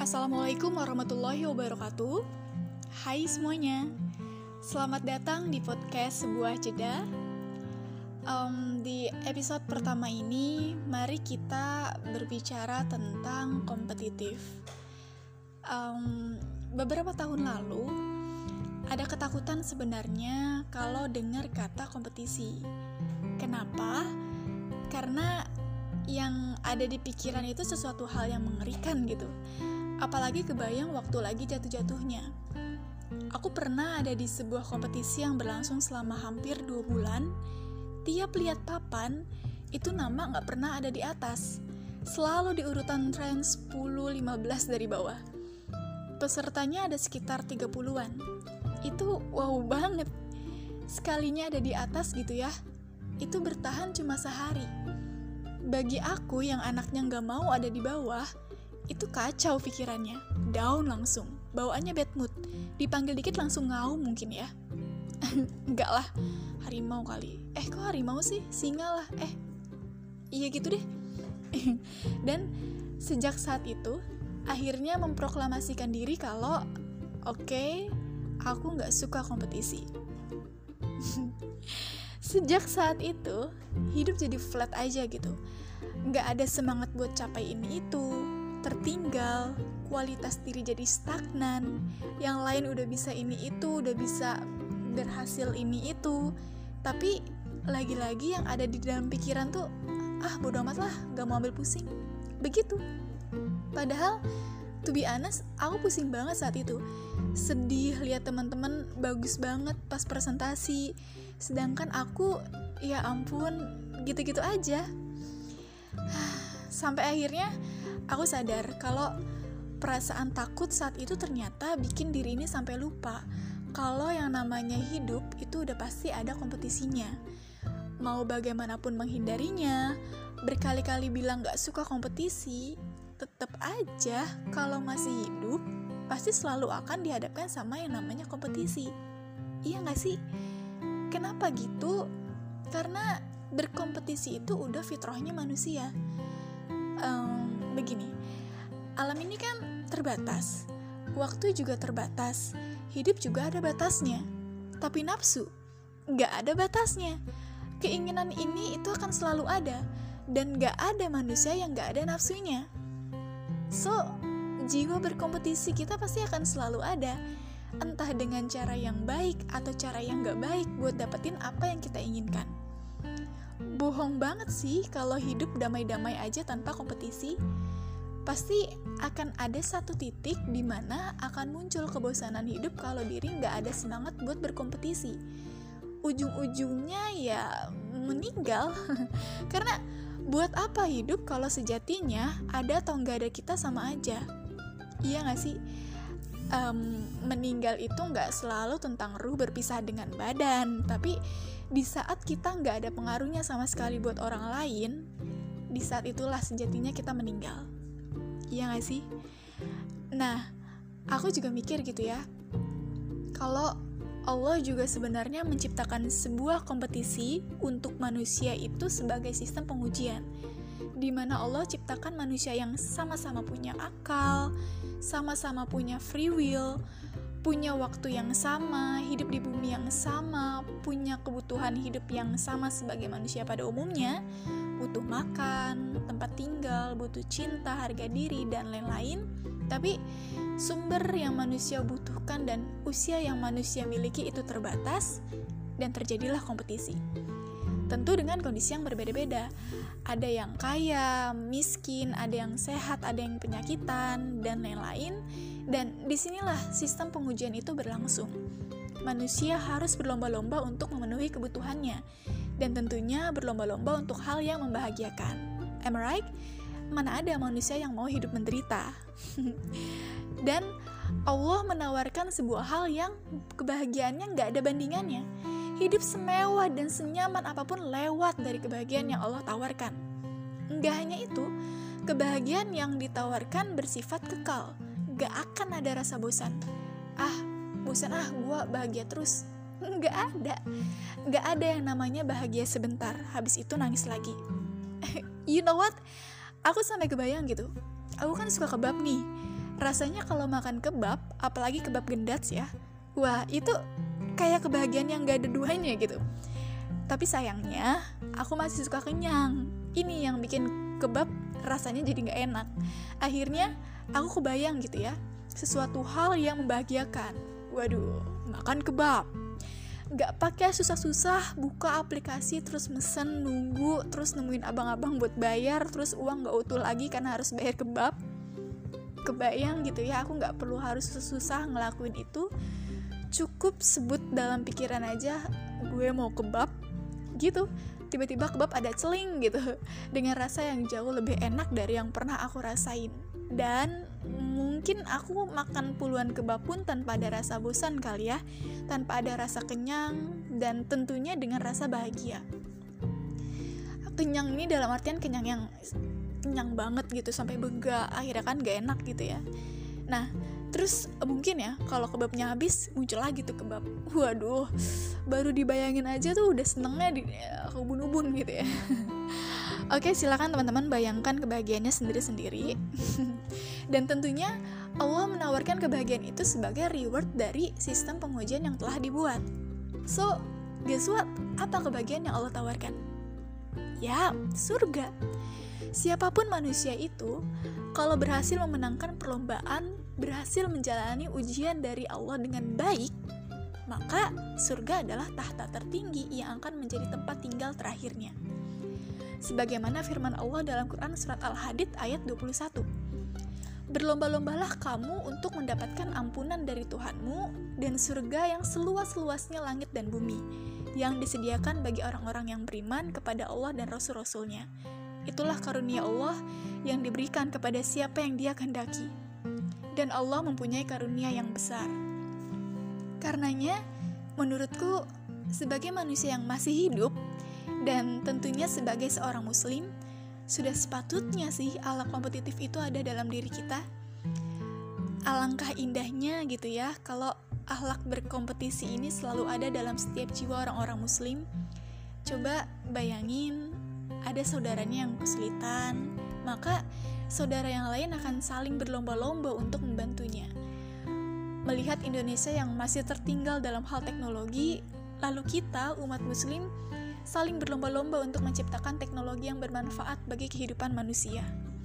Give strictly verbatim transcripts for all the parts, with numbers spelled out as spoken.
Assalamualaikum warahmatullahi wabarakatuh. Hai semuanya, selamat datang di podcast Sebuah Jeda. um, Di episode pertama ini, mari kita berbicara tentang kompetitif. um, Beberapa tahun lalu, ada ketakutan sebenarnya kalau dengar kata kompetisi. Kenapa? Karena yang ada di pikiran itu sesuatu hal yang mengerikan gitu. Apalagi kebayang waktu lagi jatuh-jatuhnya. Aku pernah ada di sebuah kompetisi yang berlangsung selama hampir dua bulan. Tiap lihat papan, itu nama gak pernah ada di atas. Selalu di urutan tren sepuluh lima belas dari bawah. Pesertanya ada sekitar tiga puluhan. Itu wow banget. Sekalinya ada di atas gitu ya, itu bertahan cuma sehari. Bagi aku yang anaknya gak mau ada di bawah, itu kacau pikirannya, down langsung, bawaannya bad mood, dipanggil dikit langsung ngaum mungkin ya. Enggak lah, harimau kali. Eh kok harimau sih? Singa lah. Eh, iya gitu deh. Dan sejak saat itu, akhirnya memproklamasikan diri kalau oke, okay, aku gak suka kompetisi. Sejak saat itu, hidup jadi flat aja gitu. Gak ada semangat buat capai ini itu, tertinggal, kualitas diri jadi stagnan, yang lain udah bisa ini itu, udah bisa berhasil ini itu, tapi lagi-lagi yang ada di dalam pikiran tuh, ah bodo amat lah, gak mau ambil pusing, begitu. Padahal, to be honest, aku pusing banget saat itu, sedih lihat teman-teman bagus banget pas presentasi, sedangkan aku, ya ampun, gitu-gitu aja. Sampai akhirnya aku sadar kalau perasaan takut saat itu ternyata bikin diri ini sampai lupa kalau yang namanya hidup itu udah pasti ada kompetisinya. Mau bagaimanapun menghindarinya, berkali-kali bilang gak suka kompetisi, tetap aja kalau masih hidup pasti selalu akan dihadapkan sama yang namanya kompetisi. Iya gak sih? Kenapa gitu? Karena berkompetisi itu udah fitrahnya manusia. Um, begini, alam ini kan terbatas, waktu juga terbatas, hidup juga ada batasnya. Tapi nafsu gak ada batasnya. Keinginan ini itu akan selalu ada, dan gak ada manusia yang gak ada nafsunya. So, jiwa berkompetisi kita pasti akan selalu ada, entah dengan cara yang baik atau cara yang gak baik buat dapetin apa yang kita inginkan. Bohong banget sih kalau hidup damai-damai aja tanpa kompetisi. Pasti akan ada satu titik di mana akan muncul kebosanan hidup kalau diri nggak ada semangat buat berkompetisi. Ujung-ujungnya ya meninggal. Karena buat apa hidup kalau sejatinya ada atau nggak ada kita sama aja. Iya nggak sih? Um, meninggal itu nggak selalu tentang ruh berpisah dengan badan, tapi di saat kita nggak ada pengaruhnya sama sekali buat orang lain, di saat itulah sejatinya kita meninggal. Iya nggak sih? Nah, aku juga mikir gitu ya, kalau Allah juga sebenarnya menciptakan sebuah kompetisi untuk manusia itu sebagai sistem pengujian, di mana Allah ciptakan manusia yang sama-sama punya akal, sama-sama punya free will, punya waktu yang sama, hidup di bumi yang sama, punya kebutuhan hidup yang sama sebagai manusia pada umumnya, butuh makan, tempat tinggal, butuh cinta, harga diri, dan lain-lain. Tapi sumber yang manusia butuhkan dan usia yang manusia miliki itu terbatas, dan terjadilah kompetisi. Tentu dengan kondisi yang berbeda-beda. Ada yang kaya, miskin, ada yang sehat, ada yang penyakitan, dan lain-lain. Dan disinilah sistem pengujian itu berlangsung. Manusia harus berlomba-lomba untuk memenuhi kebutuhannya. Dan tentunya berlomba-lomba untuk hal yang membahagiakan. Am I right? Mana ada manusia yang mau hidup menderita. Dan Allah menawarkan sebuah hal yang kebahagiaannya gak ada bandingannya. Hidup semewah dan senyaman apapun lewat dari kebahagiaan yang Allah tawarkan. Enggak hanya itu, kebahagiaan yang ditawarkan bersifat kekal. Gak akan ada rasa bosan. Ah, bosan ah, gue bahagia terus. Enggak ada. Gak ada yang namanya bahagia sebentar, habis itu nangis lagi. You know what? Aku sampai kebayang gitu. Aku kan suka kebab nih. Rasanya kalau makan kebab, apalagi kebab gendats ya, wah itu kayak kebahagiaan yang gak ada duanya gitu. Tapi sayangnya aku masih suka kenyang. Ini yang bikin kebab rasanya jadi gak enak. Akhirnya aku kebayang gitu ya, sesuatu hal yang membahagiakan. Waduh, makan kebab, gak pakai susah-susah buka aplikasi terus mesen, nunggu, terus nemuin abang-abang buat bayar, terus uang gak utuh lagi karena harus bayar kebab. Kebayang gitu ya, aku gak perlu harus susah-susah ngelakuin itu. Cukup sebut dalam pikiran aja, gue mau kebab gitu. Tiba-tiba kebab ada celing gitu, dengan rasa yang jauh lebih enak dari yang pernah aku rasain. Dan mungkin aku makan puluhan kebab pun tanpa ada rasa bosan kali ya, tanpa ada rasa kenyang, dan tentunya dengan rasa bahagia. Kenyang ini dalam artian kenyang yang kenyang banget gitu, sampai bega, akhirnya kan gak enak gitu ya. Nah, terus mungkin ya kalau kebabnya habis, muncul lagi tuh kebab. Waduh, baru dibayangin aja tuh udah senengnya di ubun-ubun gitu ya. Oke, silakan teman-teman bayangkan kebahagiaannya sendiri-sendiri. Dan tentunya Allah menawarkan kebahagiaan itu sebagai reward dari sistem pengujian yang telah dibuat. So, guess what? Apa kebahagiaan yang Allah tawarkan? Ya, surga. Siapapun manusia itu, kalau berhasil memenangkan perlombaan, berhasil menjalani ujian dari Allah dengan baik, maka surga adalah tahta tertinggi yang akan menjadi tempat tinggal terakhirnya. Sebagaimana firman Allah dalam Quran surat Al-Hadid ayat dua puluh satu. Berlomba-lombalah kamu untuk mendapatkan ampunan dari Tuhanmu dan surga yang seluas-luasnya langit dan bumi, yang disediakan bagi orang-orang yang beriman kepada Allah dan Rasul-Rasulnya. Itulah karunia Allah yang diberikan kepada siapa yang Dia kehendaki. Dan Allah mempunyai karunia yang besar. Karenanya, menurutku, sebagai manusia yang masih hidup, dan tentunya sebagai seorang muslim, sudah sepatutnya sih ala kompetitif itu ada dalam diri kita. Alangkah indahnya gitu ya, kalau akhlak berkompetisi ini selalu ada dalam setiap jiwa orang-orang muslim. Coba bayangin, ada saudaranya yang kesulitan, maka saudara yang lain akan saling berlomba-lomba untuk membantunya. Melihat Indonesia yang masih tertinggal dalam hal teknologi, lalu kita, umat muslim, saling berlomba-lomba untuk menciptakan teknologi yang bermanfaat bagi kehidupan manusia.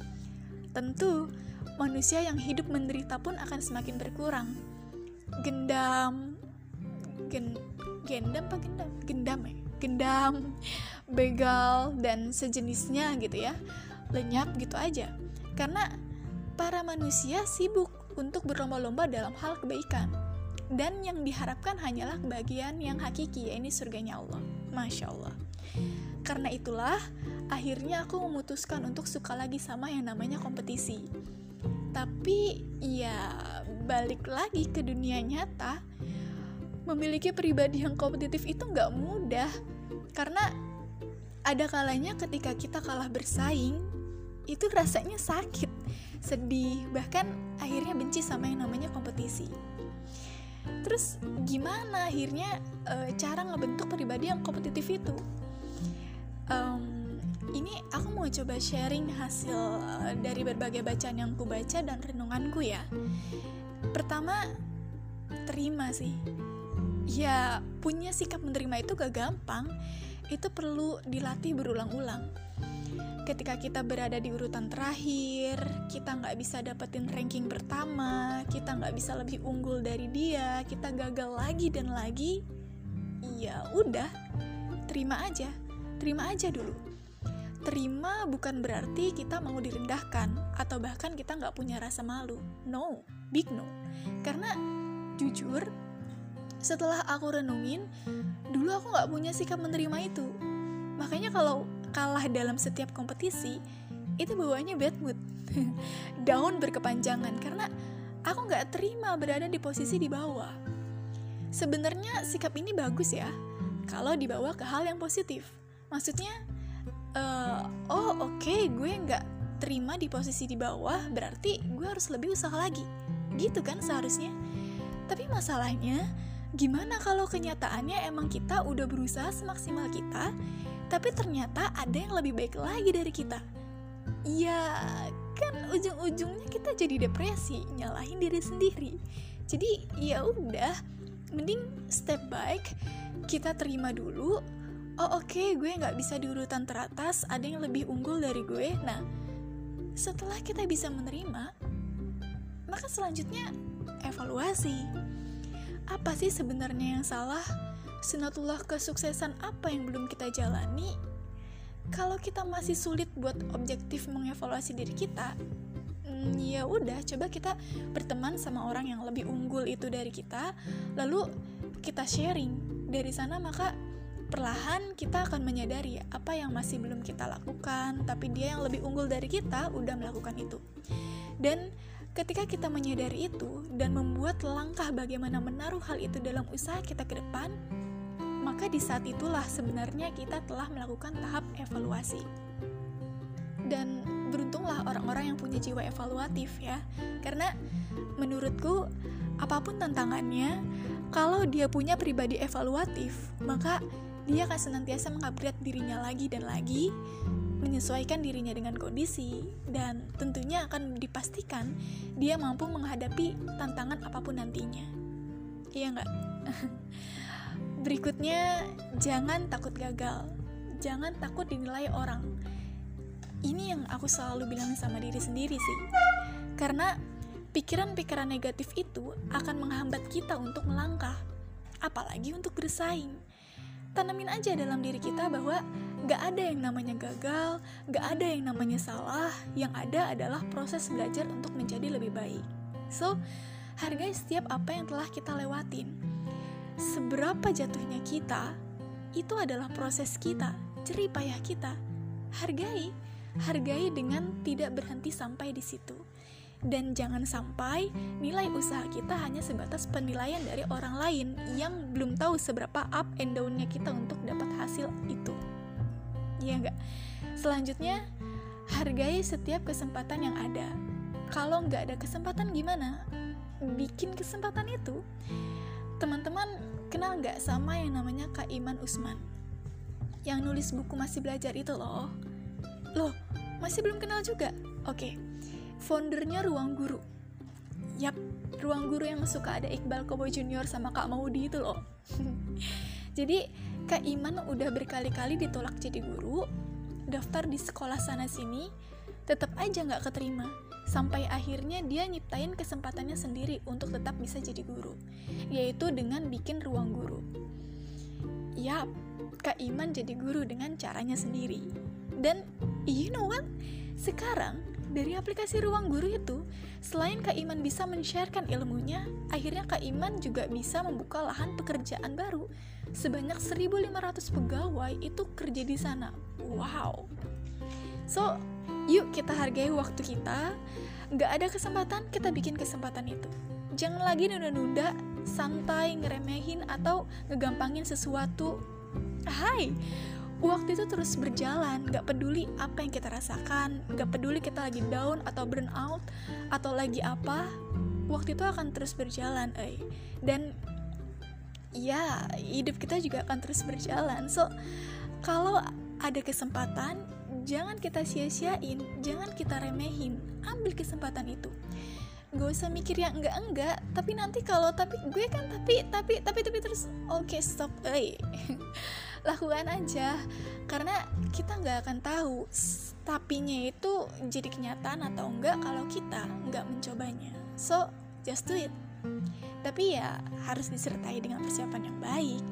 Tentu, manusia yang hidup menderita pun akan semakin berkurang. Gendam, gen, gendam apa gendam? Gendam ya? Gendam, begal, dan sejenisnya gitu ya, lenyap gitu aja. Karena para manusia sibuk untuk berlomba-lomba dalam hal kebaikan. Dan yang diharapkan hanyalah kebahagiaan yang hakiki, yaitu surganya Allah. Masya Allah. Karena itulah, akhirnya aku memutuskan untuk suka lagi sama yang namanya kompetisi. Tapi, ya balik lagi ke dunia nyata, memiliki pribadi yang kompetitif itu gak mudah. Karena ada kalanya ketika kita kalah bersaing, itu rasanya sakit, sedih, bahkan akhirnya benci sama yang namanya kompetisi. Terus gimana akhirnya e, cara ngebentuk pribadi yang kompetitif itu? Um, ini aku mau coba sharing hasil e, dari berbagai bacaan yang ku baca dan renunganku ya. Pertama, terima sih. Ya, punya sikap menerima itu gak gampang. Itu perlu dilatih berulang-ulang. Ketika kita berada di urutan terakhir, kita gak bisa dapetin ranking pertama, kita gak bisa lebih unggul dari dia, kita gagal lagi dan lagi, ya udah, terima aja, terima aja dulu. Terima bukan berarti kita mau direndahkan, atau bahkan kita gak punya rasa malu. No, big no. Karena jujur, setelah aku renungin, dulu aku gak punya sikap menerima itu. Makanya kalau kalah dalam setiap kompetisi, itu bawaannya bad mood, down berkepanjangan, karena aku gak terima berada di posisi di bawah. Sebenarnya sikap ini bagus ya, kalau dibawa ke hal yang positif. Maksudnya, uh, oh oke, okay, gue gak terima di posisi di bawah, berarti gue harus lebih usaha lagi. Gitu kan seharusnya. Tapi masalahnya, gimana kalau kenyataannya emang kita udah berusaha semaksimal kita, tapi ternyata ada yang lebih baik lagi dari kita? Ya, kan ujung-ujungnya kita jadi depresi, nyalahin diri sendiri. Jadi ya udah, mending step back, kita terima dulu. Oh oke, okay, gue nggak bisa di urutan teratas, ada yang lebih unggul dari gue. Nah, setelah kita bisa menerima, maka selanjutnya evaluasi. Apa sih sebenarnya yang salah? Sunatullah kesuksesan apa yang belum kita jalani? Kalau kita masih sulit buat objektif mengevaluasi diri kita, hmm, ya udah, coba kita berteman sama orang yang lebih unggul itu dari kita, lalu kita sharing. Dari sana maka perlahan kita akan menyadari apa yang masih belum kita lakukan, tapi dia yang lebih unggul dari kita udah melakukan itu. Dan ketika kita menyadari itu dan membuat langkah bagaimana menaruh hal itu dalam usaha kita ke depan, maka di saat itulah sebenarnya kita telah melakukan tahap evaluasi. Dan beruntunglah orang-orang yang punya jiwa evaluatif ya, karena menurutku apapun tantangannya, kalau dia punya pribadi evaluatif, maka dia akan senantiasa mengupgrade dirinya lagi dan lagi, menyesuaikan dirinya dengan kondisi, dan tentunya akan dipastikan dia mampu menghadapi tantangan apapun nantinya. Iya nggak? Berikutnya, jangan takut gagal, jangan takut dinilai orang. Ini yang aku selalu bilang sama diri sendiri sih, karena pikiran-pikiran negatif itu akan menghambat kita untuk melangkah, apalagi untuk bersaing. Tanamin aja dalam diri kita bahwa gak ada yang namanya gagal, gak ada yang namanya salah, yang ada adalah proses belajar untuk menjadi lebih baik. So, hargai setiap apa yang telah kita lewatin. Seberapa jatuhnya kita, itu adalah proses kita, jerih payah kita. Hargai, hargai dengan tidak berhenti sampai di situ. Dan jangan sampai nilai usaha kita hanya sebatas penilaian dari orang lain yang belum tahu seberapa up and down-nya kita untuk dapat hasil itu. Iya enggak? Selanjutnya, hargai setiap kesempatan yang ada. Kalau nggak ada kesempatan gimana? Bikin kesempatan itu. Teman-teman kenal nggak sama yang namanya Kak Iman Usman? Yang nulis buku Masih Belajar itu loh. Loh, masih belum kenal juga? Oke, foundernya Ruang Guru. Yap, Ruang Guru yang suka ada Iqbal Kobo Junior sama Kak Maudi itu loh. Jadi, Kak Iman udah berkali-kali ditolak jadi guru, daftar di sekolah sana-sini, tetap aja nggak keterima. Sampai akhirnya dia nyiptain kesempatannya sendiri untuk tetap bisa jadi guru, yaitu dengan bikin Ruang Guru. Yap, Kak Iman jadi guru dengan caranya sendiri. Dan you know what? Sekarang dari aplikasi Ruang Guru itu, selain Kak Iman bisa men-sharekan ilmunya, akhirnya Kak Iman juga bisa membuka lahan pekerjaan baru. Sebanyak seribu lima ratus pegawai itu kerja di sana. Wow. So, yuk kita hargai waktu kita. Gak ada kesempatan, kita bikin kesempatan itu. Jangan lagi nunda-nunda, santai, ngeremehin, atau ngegampangin sesuatu. Hai, waktu itu terus berjalan. Gak peduli apa yang kita rasakan, gak peduli kita lagi down atau burn out, atau lagi apa, waktu itu akan terus berjalan. Eh. Dan ya, hidup kita juga akan terus berjalan. So, kalau ada kesempatan, jangan kita sia-siain, jangan kita remehin, ambil kesempatan itu. Gak usah mikir yang enggak-enggak, tapi nanti kalau tapi gue kan tapi tapi tapi tapi terus oke okay, stop, eh lakukan aja, karena kita nggak akan tahu tapinya itu jadi kenyataan atau enggak kalau kita nggak mencobanya. So just do it, tapi ya harus disertai dengan persiapan yang baik.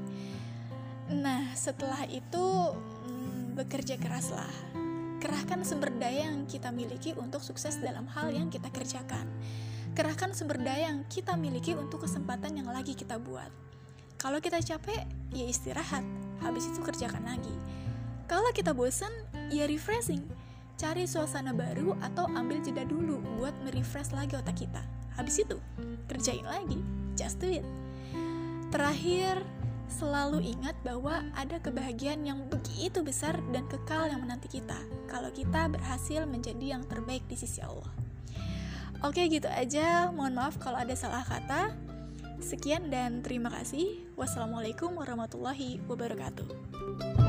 Nah setelah itu bekerja keraslah, kerahkan sumber daya yang kita miliki untuk sukses dalam hal yang kita kerjakan. Kerahkan sumber daya yang kita miliki untuk kesempatan yang lagi kita buat. Kalau kita capek, ya istirahat, habis itu kerjakan lagi. Kalau kita bosan, ya refreshing, cari suasana baru atau ambil jeda dulu buat merefresh lagi otak kita. Habis itu, kerjain lagi, just do it. Terakhir, selalu ingat bahwa ada kebahagiaan yang begitu besar dan kekal yang menanti kita kalau kita berhasil menjadi yang terbaik di sisi Allah. Oke, gitu aja. Mohon maaf kalau ada salah kata. Sekian dan terima kasih. Wassalamualaikum warahmatullahi wabarakatuh.